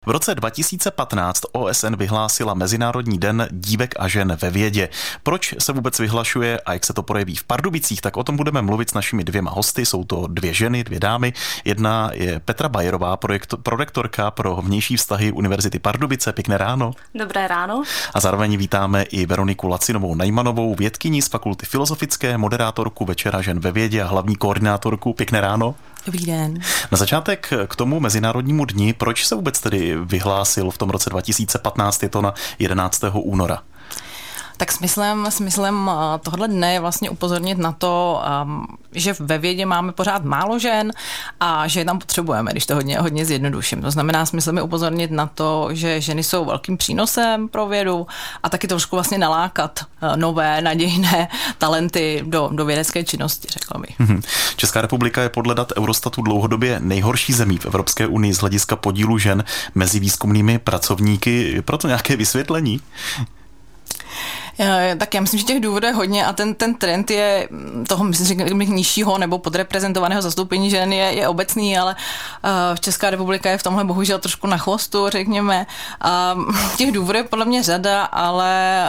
V roce 2015 OSN vyhlásila Mezinárodní den dívek a žen ve vědě. Proč se vůbec vyhlašuje a jak se to projeví v Pardubicích, tak o tom budeme mluvit s našimi dvěma hosty. Jsou to dvě ženy, dvě dámy. Jedna je Petra Bajerová, prorektorka pro vnější vztahy Univerzity Pardubice. Pěkné ráno. Dobré ráno. A zároveň vítáme i Veroniku Lacinovou-Najmanovou, vědkyni z Fakulty filozofické, moderátorku Večera žen ve vědě a hlavní koordinátorku. Pěkné ráno. Dobrý den. Na začátek k tomu Mezinárodnímu dni, proč se vůbec tedy vyhlásil v tom roce 2015, je to na 11. února? Tak smyslem tohle dne je vlastně upozornit na to, že ve vědě máme pořád málo žen a že je tam potřebujeme, když to hodně zjednoduším. To znamená, smyslem je upozornit na to, že ženy jsou velkým přínosem pro vědu a taky trošku vlastně nalákat nové, nadějné talenty do vědecké činnosti, řekla bych. Česká republika je podle dat Eurostatu dlouhodobě nejhorší zemí v Evropské unii z hlediska podílu žen mezi výzkumnými pracovníky. Je proto nějaké vysvětlení? Tak já myslím, že těch důvodů je hodně a ten trend je toho, myslím, nižšího nebo podreprezentovaného zastoupení žen je obecný, ale Česká republika je v tomhle bohužel trošku na chvostu, řekněme. Těch důvodů je podle mě řada, ale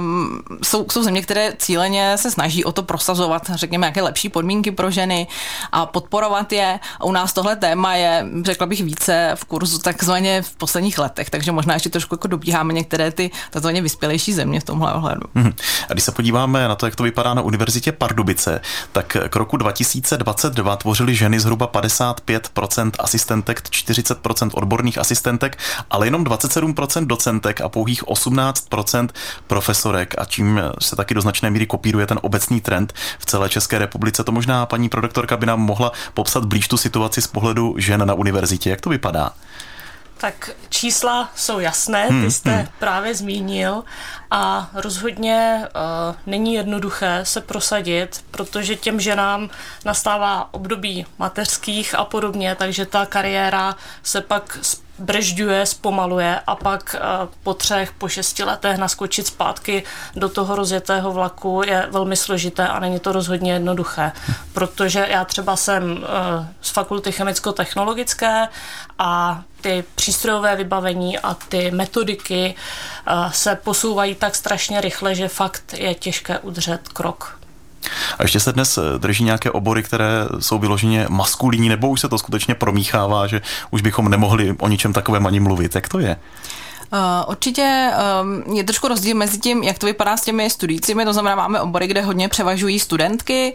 jsou země, které cíleně se snaží o to prosazovat, řekněme, jaké lepší podmínky pro ženy a podporovat je. A u nás tohle téma je, řekla bych, více v kurzu takzvaně v posledních letech, takže možná ještě trošku jako dobíháme některé ty takzvaně vyspělejší země v tomhle ohledu. A když se podíváme na to, jak to vypadá na Univerzitě Pardubice, tak k roku 2022 tvořily ženy zhruba 55% asistentek, 40% odborných asistentek, ale jenom 27% docentek a pouhých 18% profesorek, a čím se taky do značné míry kopíruje ten obecný trend v celé České republice. To možná paní prorektorka by nám mohla popsat blíž tu situaci z pohledu žen na univerzitě. Jak to vypadá? Tak čísla jsou jasné, ty jste právě zmínil a rozhodně není jednoduché se prosadit, protože těm ženám nastává období mateřských a podobně, takže ta kariéra se pak bržďuje, zpomaluje a pak po 3, po 6 letech naskočit zpátky do toho rozjetého vlaku je velmi složité a není to rozhodně jednoduché, protože já třeba jsem z Fakulty chemicko-technologické a ty přístrojové vybavení a ty metodiky se posouvají tak strašně rychle, že fakt je těžké udržet krok. A ještě se dnes drží nějaké obory, které jsou vyloženě maskulinní, nebo už se to skutečně promíchává, že už bychom nemohli o ničem takovém ani mluvit? Jak to je? Určitě je trošku rozdíl mezi tím, jak to vypadá s těmi studujícími, to znamená, máme obory, kde hodně převažují studentky,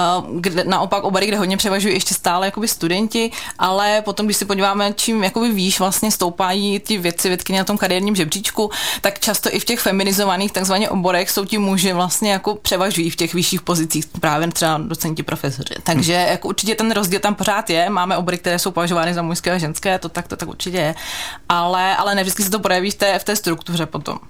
kde naopak obory, kde hodně převažují ještě stále jakoby studenti, ale potom, když si podíváme, čím jakoby výš vlastně stoupají ty vědkyně na tom kariérním žebříčku, tak často i v těch feminizovaných takzvaně oborech jsou ti muži vlastně jako převažují v těch vyšších pozicích, právě třeba docenti, profesoři. Takže jako určitě ten rozdíl tam pořád je, máme obory, které jsou považovány za mužské a ženské, to tak určitě je, ale ne vždycky se to projeví v té struktuře potom.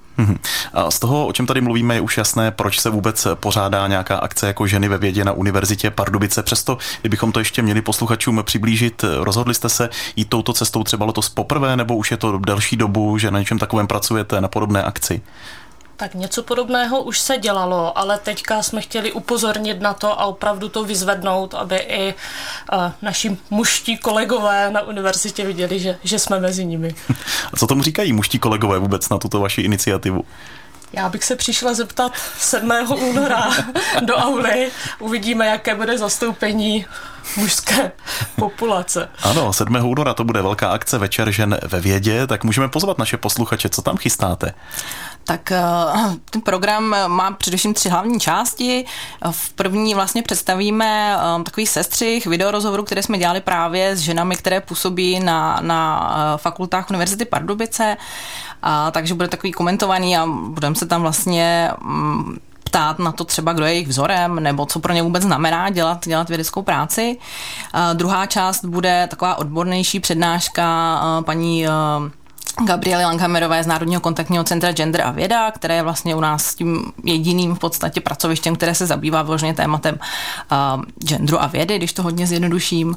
A z toho, o čem tady mluvíme, je už jasné, proč se vůbec pořádá nějaká akce jako Ženy ve vědě na Univerzitě Pardubice. Přesto, kdybychom to ještě měli posluchačům přiblížit, rozhodli jste se jít touto cestou třeba letos poprvé, nebo už je to delší dobu, že na něčem takovém pracujete, na podobné akci? Tak něco podobného už se dělalo, ale teďka jsme chtěli upozornit na to a opravdu to vyzvednout, aby i naši mužští kolegové na univerzitě viděli, že jsme mezi nimi. A co tomu říkají mužští kolegové vůbec na tuto vaši iniciativu? Já bych se přišla zeptat 7. února do auly. Uvidíme, jaké bude zastoupení mužské populace. Ano, 7. února to bude velká akce Večer žen ve vědě, tak můžeme pozvat naše posluchače, co tam chystáte? Tak ten program má především 3 hlavní části. V první vlastně představíme takový sestřih videorozhovoru, které jsme dělali právě s ženami, které působí na fakultách Univerzity Pardubice. Takže bude takový komentovaný a budeme se tam vlastně ptát na to třeba, kdo je jejich vzorem, nebo co pro ně vůbec znamená dělat vědeckou práci. Druhá část bude taková odbornější přednáška paní Gabriely Langhammerové z Národního kontaktního centra Gender a věda, které je vlastně u nás tím jediným v podstatě pracovištěm, které se zabývá vyloženě tématem genderu a vědy, když to hodně zjednoduším.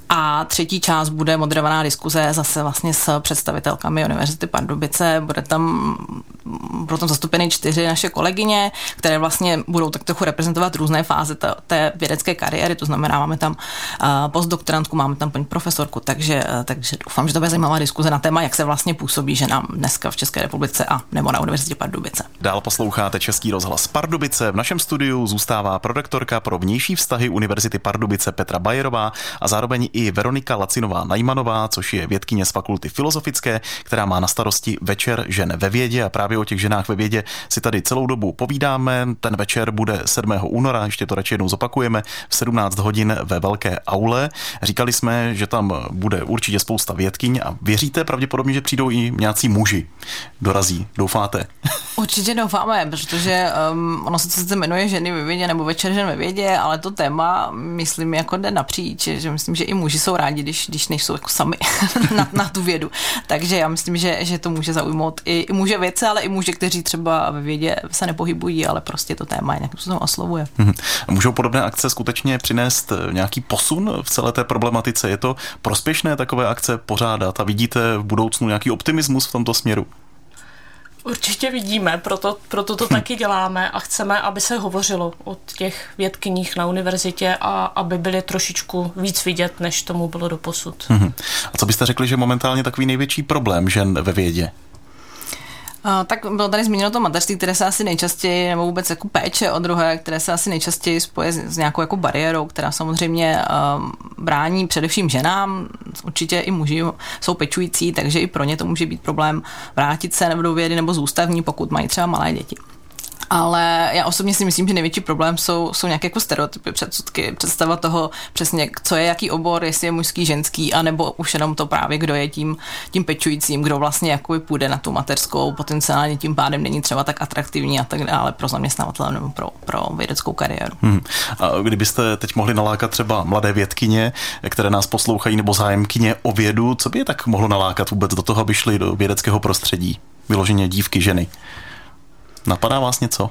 A třetí část bude moderovaná diskuze zase vlastně s představitelkami Univerzity Pardubice. Budou tam zastoupeny 4 naše kolegyně, které vlastně budou tak trochu reprezentovat různé fáze té vědecké kariéry, to znamená, máme tam postdoktorantku, máme tam paní profesorku, takže doufám, že to bude zajímavá diskuze na téma, jak se vlastně působí působí ženám dneska v České republice a nebo na Univerzitě Pardubice. Dál posloucháte Český rozhlas Pardubice. V našem studiu zůstává prorektorka pro vnější vztahy Univerzity Pardubice Petra Bayerová a zároveň i Veronika Lacinová-Najmanová, což je vědkyně z Fakulty filozofické, která má na starosti Večer žen ve vědě, a právě o těch ženách ve vědě si tady celou dobu povídáme. Ten večer bude 7. února, ještě to radši jednou zopakujeme, v 17 hodin ve velké aule. Říkali jsme, že tam bude určitě spousta vědkyň a věříte pravděpodobně, že přijdou i nějací muži. Dorazí, doufáte? Určitě doufáme, protože ono se sice jmenuje Ženy ve vědě nebo Večer žen ve vědě, ale to téma, myslím, jako jde napříč, že myslím, že i muži jsou rádi, když nejsou jako sami na tu vědu. Takže já myslím, že to může zaujmout i muže vědce, ale i muže, kteří třeba ve vědě se nepohybují, ale prostě to téma nějakým způsobem oslovuje. Můžou podobné akce skutečně přinést nějaký posun v celé té problematice? Je to prospěšné takové akce pořádat a vidíte v budoucnu nějaký optimismus v tomto směru? Určitě vidíme, proto to taky děláme a chceme, aby se hovořilo o těch vědkyních na univerzitě a aby byly trošičku víc vidět, než tomu bylo doposud. A co byste řekli, že momentálně takový největší problém žen ve vědě? Tak bylo tady zmíněno to mateřství, které se asi nejčastěji, nebo vůbec jako péče o druhé, které se asi nejčastěji spoje s nějakou jako bariérou, která samozřejmě brání především ženám, určitě i muži jsou pečující, takže i pro ně to může být problém vrátit se do vědy nebo zůstat v ní, pokud mají třeba malé děti. Ale já osobně si myslím, že největší problém jsou nějaké jako stereotypy, předsudky, představa toho přesně, co je jaký obor, jestli je mužský, ženský, anebo už jenom to právě, kdo je tím pečujícím, kdo vlastně jakoby půjde na tu mateřskou, potenciálně tím pádem není třeba tak atraktivní a tak dále pro zaměstnavatele nebo pro vědeckou kariéru. A kdybyste teď mohli nalákat třeba mladé vědkyně, které nás poslouchají, nebo zájemkyně o vědu, co by je tak mohlo nalákat vůbec do toho, aby šli do vědeckého prostředí? Vyloženě dívky, ženy. Napadá vás něco?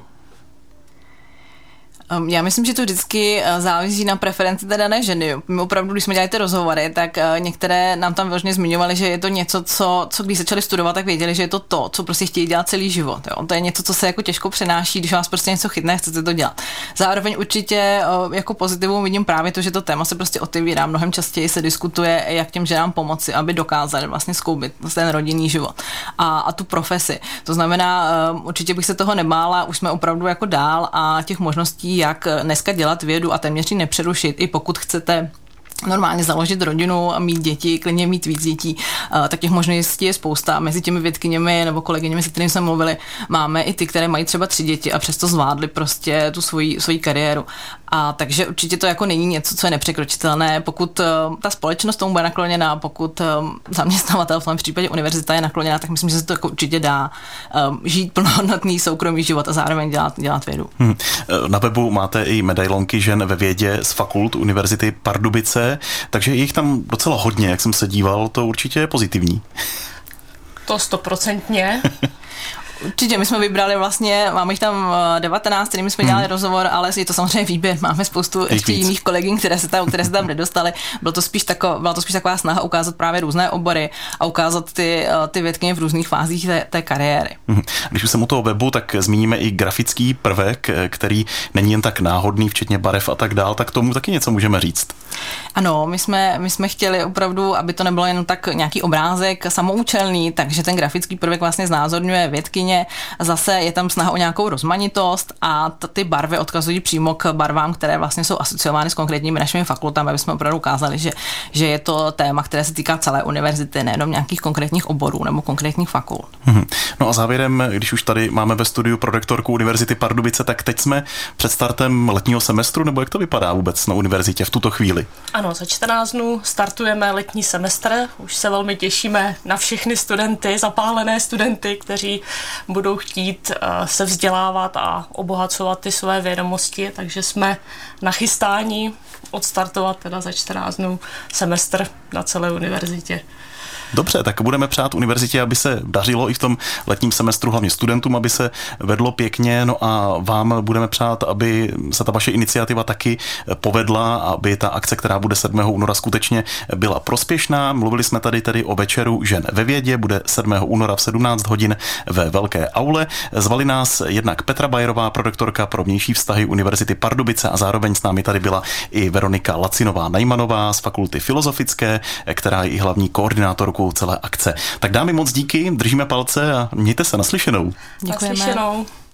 Já myslím, že to vždycky závisí na preferenci té dané ženy. My opravdu, když jsme dělali ty rozhovory, tak některé nám tam vyloženě zmiňovali, že je to něco, co když začali studovat, tak věděli, že je to, co prostě chtějí dělat celý život. Jo. To je něco, co se jako těžko přenáší, když vás prostě něco chytne, chcete to dělat. Zároveň určitě jako pozitivum vidím právě to, že to téma se prostě otevírá. Mnohem častěji se diskutuje, jak těm ženám pomoci, aby dokázali vlastně skloubit ten rodinný život a tu profesi. To znamená, určitě bych se toho nebála, už jsme opravdu jako dál a těch možností, jak dneska dělat vědu a téměř ji nepřerušit, i pokud chcete normálně založit rodinu a mít děti, klidně mít víc dětí, tak těch možností je spousta. Mezi těmi vědkyněmi nebo kolegyněmi, se kterými jsme mluvili, máme i ty, které mají třeba 3 děti a přesto zvládly prostě tu svoji kariéru. A takže určitě to jako není něco, co je nepřekročitelné. Pokud ta společnost tomu bude nakloněná, pokud zaměstnavatel, v tom případě univerzita je nakloněná, tak myslím, že se to jako určitě dá žít plnohodnotný soukromý život a zároveň dělat vědu. Na webu máte i medailonky žen ve vědě z fakult Univerzity Pardubice, takže je jich tam docela hodně, jak jsem se díval, to určitě je pozitivní. To 100%. Určitě, my jsme vybrali vlastně, máme jich tam 19, kterými jsme dělali rozhovor, ale je to samozřejmě výběr, máme spoustu ještě jiných kolegyn, které se tam nedostali. Byla to spíš taková snaha ukázat právě různé obory a ukázat ty vědkyně v různých fázích té kariéry. Když už jsem u toho webu, tak zmíníme i grafický prvek, který není jen tak náhodný, včetně barev a tak dál, tak tomu taky něco můžeme říct. Ano, my jsme chtěli opravdu, aby to nebylo jen tak nějaký obrázek samoučelný, takže ten grafický prvek vlastně znázorňuje vědkyně. Zase je tam snaha o nějakou rozmanitost a ty barvy odkazují přímo k barvám, které vlastně jsou asociovány s konkrétními našimi fakultami, aby jsme opravdu ukázali, že je to téma, které se týká celé univerzity, nejenom nějakých konkrétních oborů nebo konkrétních fakult. No a závěrem, když už tady máme ve studiu prorektorku Univerzity Pardubice, tak teď jsme před startem letního semestru, nebo jak to vypadá vůbec na univerzitě v tuto chvíli? Ano, za 14 dnů startujeme letní semestr, už se velmi těšíme na všechny studenty, zapálené studenty, kteří budou chtít se vzdělávat a obohacovat ty své vědomosti, takže jsme nachystáni odstartovat teda za 14 dnů semestr na celé univerzitě. Dobře, tak budeme přát univerzitě, aby se dařilo i v tom letním semestru, hlavně studentům, aby se vedlo pěkně, no a vám budeme přát, aby se ta vaše iniciativa taky povedla, aby ta akce, která bude 7. února skutečně byla prospěšná. Mluvili jsme tady tedy o večeru žen ve vědě, bude 7. února v 17 hodin ve velké aule. Zvali nás jednak Petra Bayerová, prorektorka pro vnější vztahy Univerzity Pardubice, a zároveň s námi tady byla i Veronika Lacinová-Najmanová z Fakulty filozofické, která je i hlavní koordinátorkou ředitelkou celé akce. Tak dámy, moc díky, držíme palce a mějte se, naslyšenou. Děkujeme. Naslyšenou.